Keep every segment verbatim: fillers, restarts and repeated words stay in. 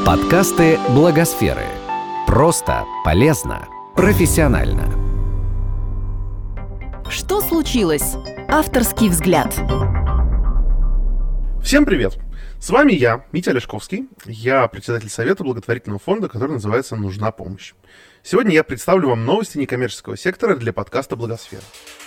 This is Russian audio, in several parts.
Подкасты Благосферы. Просто, полезно, профессионально. Что случилось? Авторский взгляд. Всем привет! С вами я, Митя Олешковский. Я председатель совета благотворительного фонда, который называется «Нужна помощь». Сегодня я представлю вам новости некоммерческого сектора для подкаста «Благосфера».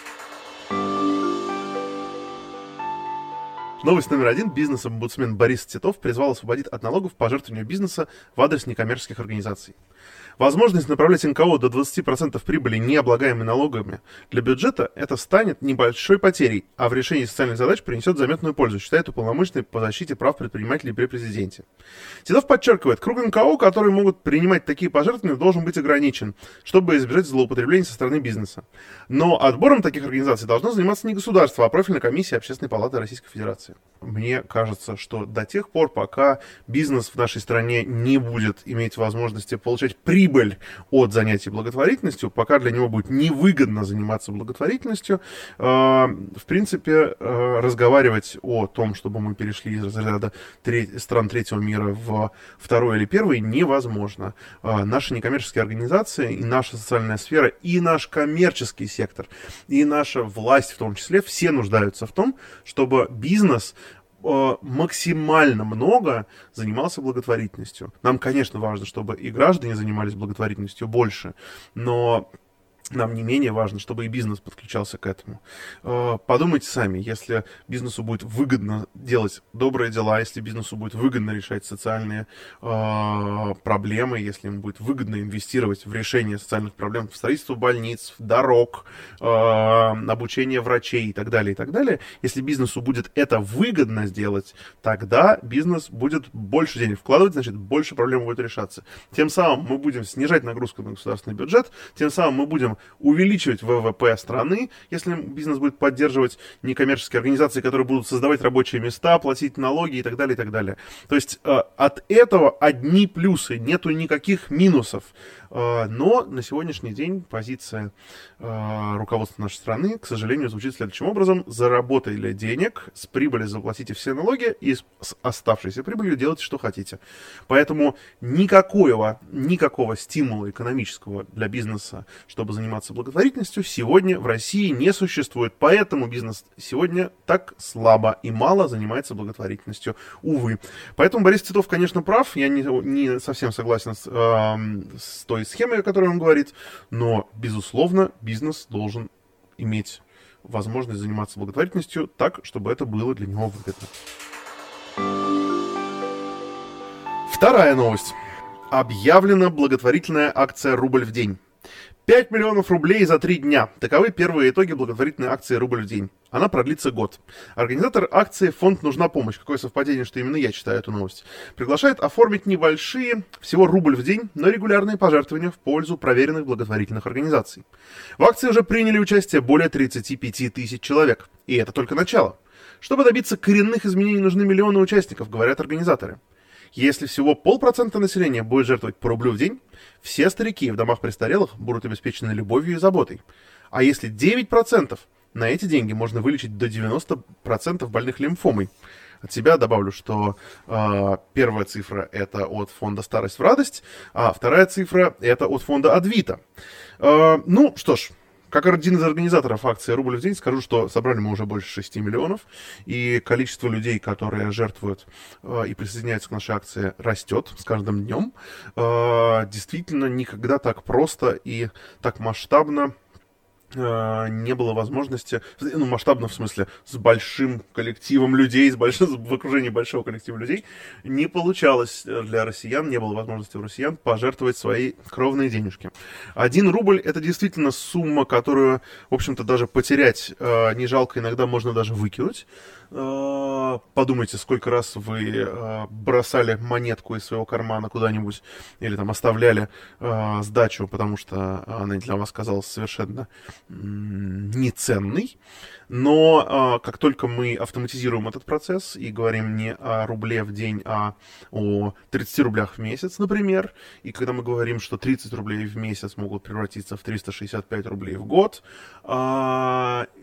Новость номер один. Бизнес-омбудсмен Борис Титов призвал освободить от налогов пожертвования бизнеса в адрес некоммерческих организаций. Возможность направлять эн ка о до двадцати процентов прибыли, не облагаемой налогами, для бюджета это станет небольшой потерей, а в решении социальных задач принесет заметную пользу, считает уполномоченный по защите прав предпринимателей при президенте. Титов подчеркивает, круг эн ка о, которые могут принимать такие пожертвования, должен быть ограничен, чтобы избежать злоупотреблений со стороны бизнеса. Но отбором таких организаций должно заниматься не государство, а профильная комиссия Общественной палаты Российской Федерации. Мне кажется, что до тех пор, пока бизнес в нашей стране не будет иметь возможности получать прибыль от занятий благотворительностью, пока для него будет невыгодно заниматься благотворительностью, э, в принципе, э, разговаривать о том, чтобы мы перешли из разряда треть, стран третьего мира в второй или первый, невозможно. Э, наши некоммерческие организации, и наша социальная сфера, и наш коммерческий сектор, и наша власть в том числе, все нуждаются в том, чтобы бизнес максимально много занимался благотворительностью. Нам, конечно, важно, чтобы и граждане занимались благотворительностью больше, но нам не менее важно, чтобы и бизнес подключался к этому. Подумайте сами, если бизнесу будет выгодно делать добрые дела, если бизнесу будет выгодно решать социальные э, проблемы, если ему будет выгодно инвестировать в решение социальных проблем, в строительство больниц, в дорог, э, обучение врачей и так далее, и так далее, если бизнесу будет это выгодно сделать, тогда бизнес будет больше денег вкладывать, значит, больше проблем будет решаться. Тем самым мы будем снижать нагрузку на государственный бюджет, тем самым мы будем увеличивать вэ вэ пэ страны, если бизнес будет поддерживать некоммерческие организации, которые будут создавать рабочие места, платить налоги и так далее, и так далее. То есть э, от этого одни плюсы, нету никаких минусов. Э, но на сегодняшний день позиция э, руководства нашей страны, к сожалению, звучит следующим образом. Заработали денег, с прибыли заплатите все налоги и с оставшейся прибылью делайте, что хотите. Поэтому никакого, никакого стимула экономического для бизнеса, чтобы заниматься благотворительностью, сегодня в России не существует. Поэтому бизнес сегодня так слабо и мало занимается благотворительностью, увы. Поэтому Борис Титов, конечно, прав. Я не, не совсем согласен с, э, с той схемой, о которой он говорит, но, безусловно, бизнес должен иметь возможность заниматься благотворительностью так, чтобы это было для него выгодно. Вторая новость. Объявлена благотворительная акция «Рубль в день». пять миллионов рублей за три дня. Таковы первые итоги благотворительной акции «Рубль в день». Она продлится год. Организатор акции «Фонд Нужна помощь». Какое совпадение, что именно я читаю эту новость. Приглашает оформить небольшие, всего рубль в день, но регулярные пожертвования в пользу проверенных благотворительных организаций. В акции уже приняли участие более тридцати пяти тысяч человек. И это только начало. Чтобы добиться коренных изменений, нужны миллионы участников, говорят организаторы. Если всего полпроцента населения будет жертвовать по рублю в день, все старики в домах престарелых будут обеспечены любовью и заботой. А если девять процентов, на эти деньги можно вылечить до девяноста процентов больных лимфомой. От себя добавлю, что э, первая цифра это от фонда «Старость в радость», а вторая цифра это от фонда «Адвита». Э, ну что ж. Как один из организаторов акции «Рубль в день» скажу, что собрали мы уже больше шести миллионов, и количество людей, которые жертвуют э, и присоединяются к нашей акции, растет с каждым днем. Э, действительно, никогда так просто и так масштабно не было возможности, ну, масштабно в смысле, с большим коллективом людей, с большим, в окружении большого коллектива людей, не получалось для россиян, не было возможности у россиян пожертвовать свои кровные денежки. Один рубль — это действительно сумма, которую, в общем-то, даже потерять э, не жалко, иногда можно даже выкинуть. Э, подумайте, сколько раз вы э, бросали монетку из своего кармана куда-нибудь или там оставляли э, сдачу, потому что она для вас казалась совершенно неценный, но э, как только мы автоматизируем этот процесс и говорим не о рубле в день, а о тридцати рублях в месяц, например, и когда мы говорим, что тридцать рублей в месяц могут превратиться в триста шестьдесят пять рублей в год, э,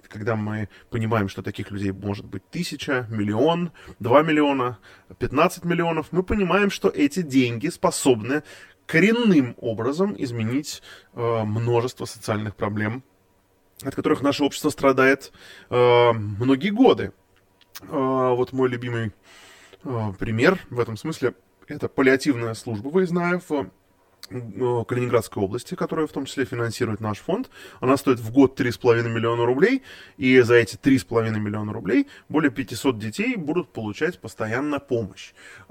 когда мы понимаем, что таких людей может быть тысяча, миллион, два миллиона, пятнадцать миллионов, мы понимаем, что эти деньги способны коренным образом изменить э, множество социальных проблем, от которых наше общество страдает э, многие годы. Э, вот мой любимый э, пример в этом смысле — это паллиативная служба выездная в Калининградской области, которая в том числе финансирует наш фонд. Она стоит в год три с половиной миллиона рублей, и за эти три с половиной миллиона рублей более пятьсот детей будут получать постоянно помощь.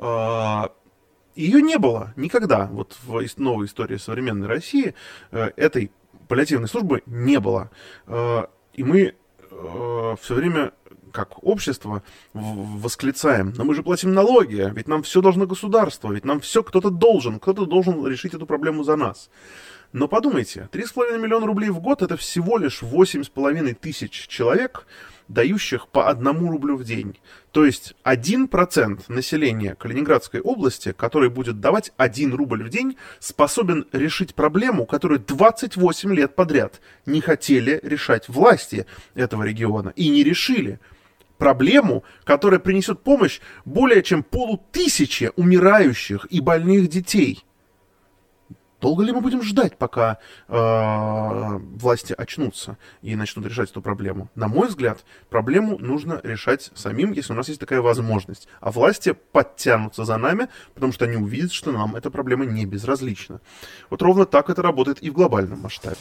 Ее не было никогда. Вот в новой истории современной России этой паллиативной службы не было. И мы все время, как общество, восклицаем: но мы же платим налоги, ведь нам все должно государство, ведь нам все кто-то должен, кто-то должен решить эту проблему за нас. Но подумайте, три с половиной миллиона рублей в год — это всего лишь восемь с половиной тысяч человек, дающих по одному рублю в день. То есть один процент населения Калининградской области, который будет давать один рубль в день, способен решить проблему, которую двадцать восемь лет подряд не хотели решать власти этого региона и не решили. Проблему, которая принесет помощь более чем полутысяче умирающих и больных детей. Долго ли мы будем ждать, пока э, власти очнутся и начнут решать эту проблему? На мой взгляд, проблему нужно решать самим, если у нас есть такая возможность. А власти подтянутся за нами, потому что они увидят, что нам эта проблема не безразлична. Вот ровно так это работает и в глобальном масштабе.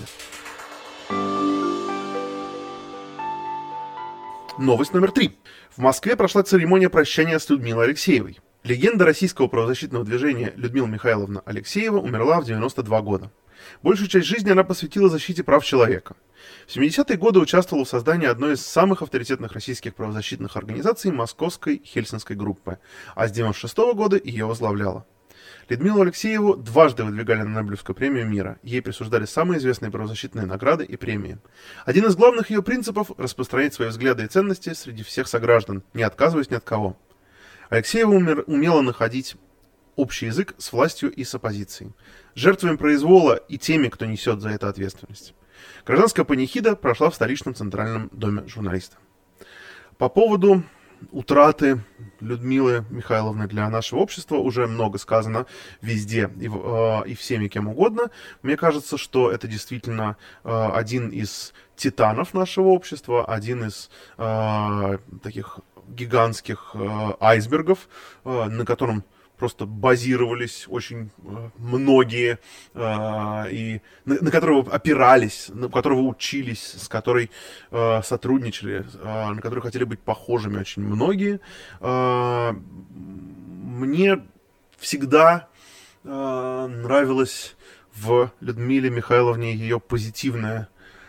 Новость номер три. В Москве прошла церемония прощания с Людмилой Алексеевой. Легенда российского правозащитного движения Людмила Михайловна Алексеева умерла в девяносто два года. Большую часть жизни она посвятила защите прав человека. В семидесятые годы участвовала в создании одной из самых авторитетных российских правозащитных организаций — Московской Хельсинской группы, а с девяносто шестого года ее возглавляла. Людмилу Алексееву дважды выдвигали на Нобелевскую премию мира. Ей присуждали самые известные правозащитные награды и премии. Один из главных ее принципов — распространять свои взгляды и ценности среди всех сограждан, не отказываясь ни от кого. Алексеева умер, умела находить общий язык с властью и с оппозицией, жертвами произвола и теми, кто несет за это ответственность. Гражданская панихида прошла в столичном Центральном доме журналиста. По поводу утраты Людмилы Михайловны для нашего общества уже много сказано везде и, э, и всеми кем угодно. Мне кажется, что это действительно э, один из титанов нашего общества, один из э, таких гигантских э, айсбергов, э, на котором просто базировались очень э, многие, э, и на, на которого опирались, на которого учились, с которой э, сотрудничали, э, на которую хотели быть похожими очень многие. Э, мне всегда э, нравилось в Людмиле Михайловне ее позитивная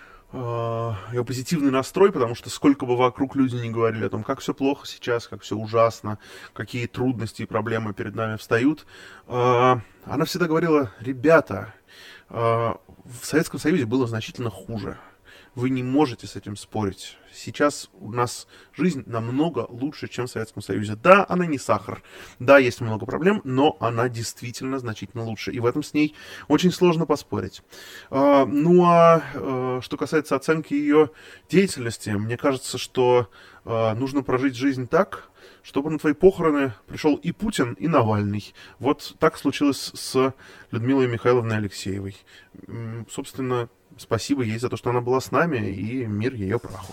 ее позитивный настрой, потому что сколько бы вокруг люди не говорили о том, как все плохо сейчас, как все ужасно, какие трудности и проблемы перед нами встают, она всегда говорила: ребята, в Советском Союзе было значительно хуже. Вы не можете с этим спорить. Сейчас у нас жизнь намного лучше, чем в Советском Союзе. Да, она не сахар. Да, есть много проблем, но она действительно значительно лучше. И в этом с ней очень сложно поспорить. А, ну а, а что касается оценки ее деятельности, мне кажется, что а, нужно прожить жизнь так, чтобы на твои похороны пришел и Путин, и Навальный. Вот так случилось с Людмилой Михайловной Алексеевой. Собственно, спасибо ей за то, что она была с нами, и мир ее праху.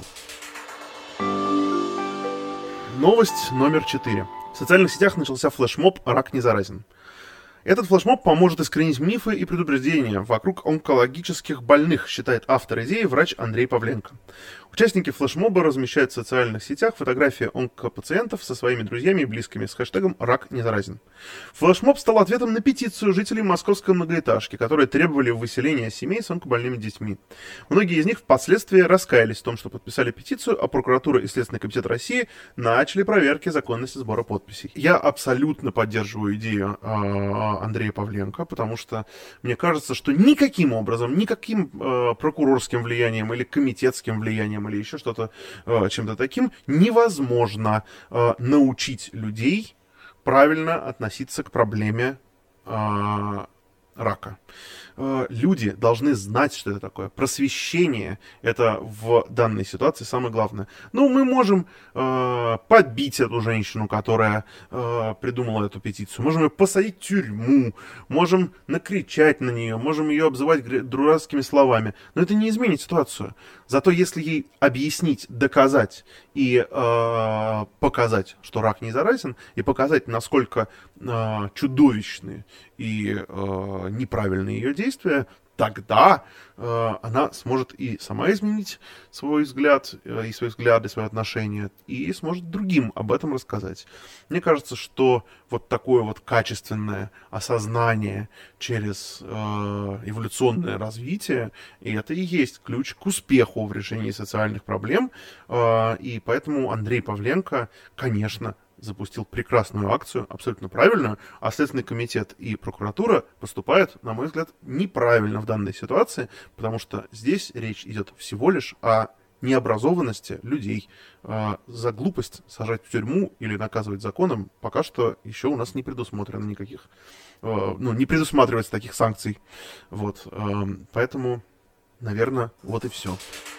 Новость номер четыре. В социальных сетях начался флешмоб «Рак не заразен». Этот флешмоб поможет искоренить мифы и предупреждения вокруг онкологических больных, считает автор идеи врач Андрей Павленко. Участники флешмоба размещают в социальных сетях фотографии онкопациентов со своими друзьями и близкими с хэштегом «Рак не заразен». Флешмоб стал ответом на петицию жителей московской многоэтажки, которые требовали выселения семей с онкобольными детьми. Многие из них впоследствии раскаялись в том, что подписали петицию, а прокуратура и Следственный комитет России начали проверки законности сбора подписей. Я абсолютно поддерживаю идею Андрея Павленко, потому что мне кажется, что никаким образом, никаким э, прокурорским влиянием или комитетским влиянием или еще что-то, э, чем-то таким невозможно э, научить людей правильно относиться к проблеме э, рака. э, люди должны знать, что это такое. Просвещение — это в данной ситуации самое главное. Ну, мы можем э, побить эту женщину, которая э, придумала эту петицию, можем ее посадить в тюрьму, можем накричать на нее, можем ее обзывать дурацкими словами, но это не изменит ситуацию. Зато если ей объяснить, доказать и э, показать, что рак не заразен, и показать, насколько э, чудовищны и э, неправильные ее действия, тогда э, она сможет и сама изменить свой взгляд, э, и свои взгляды, свои отношения, и сможет другим об этом рассказать. Мне кажется, что вот такое вот качественное осознание через э, эволюционное развитие, и это и есть ключ к успеху в решении социальных проблем, э, и поэтому Андрей Павленко, конечно, запустил прекрасную акцию, абсолютно правильную, а Следственный комитет и прокуратура поступают, на мой взгляд, неправильно в данной ситуации, потому что здесь речь идет всего лишь о необразованности людей. За глупость сажать в тюрьму или наказывать законом пока что еще у нас не предусмотрено никаких, ну, не предусматривается таких санкций. Вот, поэтому, наверное, вот и все.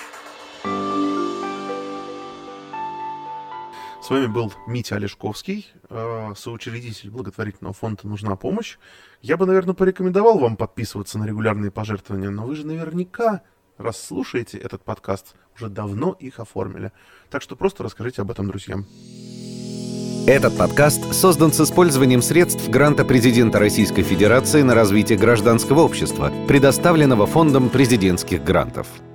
С вами был Митя Олешковский, соучредитель благотворительного фонда «Нужна помощь». Я бы, наверное, порекомендовал вам подписываться на регулярные пожертвования, но вы же наверняка, раз слушаете этот подкаст, уже давно их оформили. Так что просто расскажите об этом друзьям. Этот подкаст создан с использованием средств гранта президента Российской Федерации на развитие гражданского общества, предоставленного Фондом президентских грантов.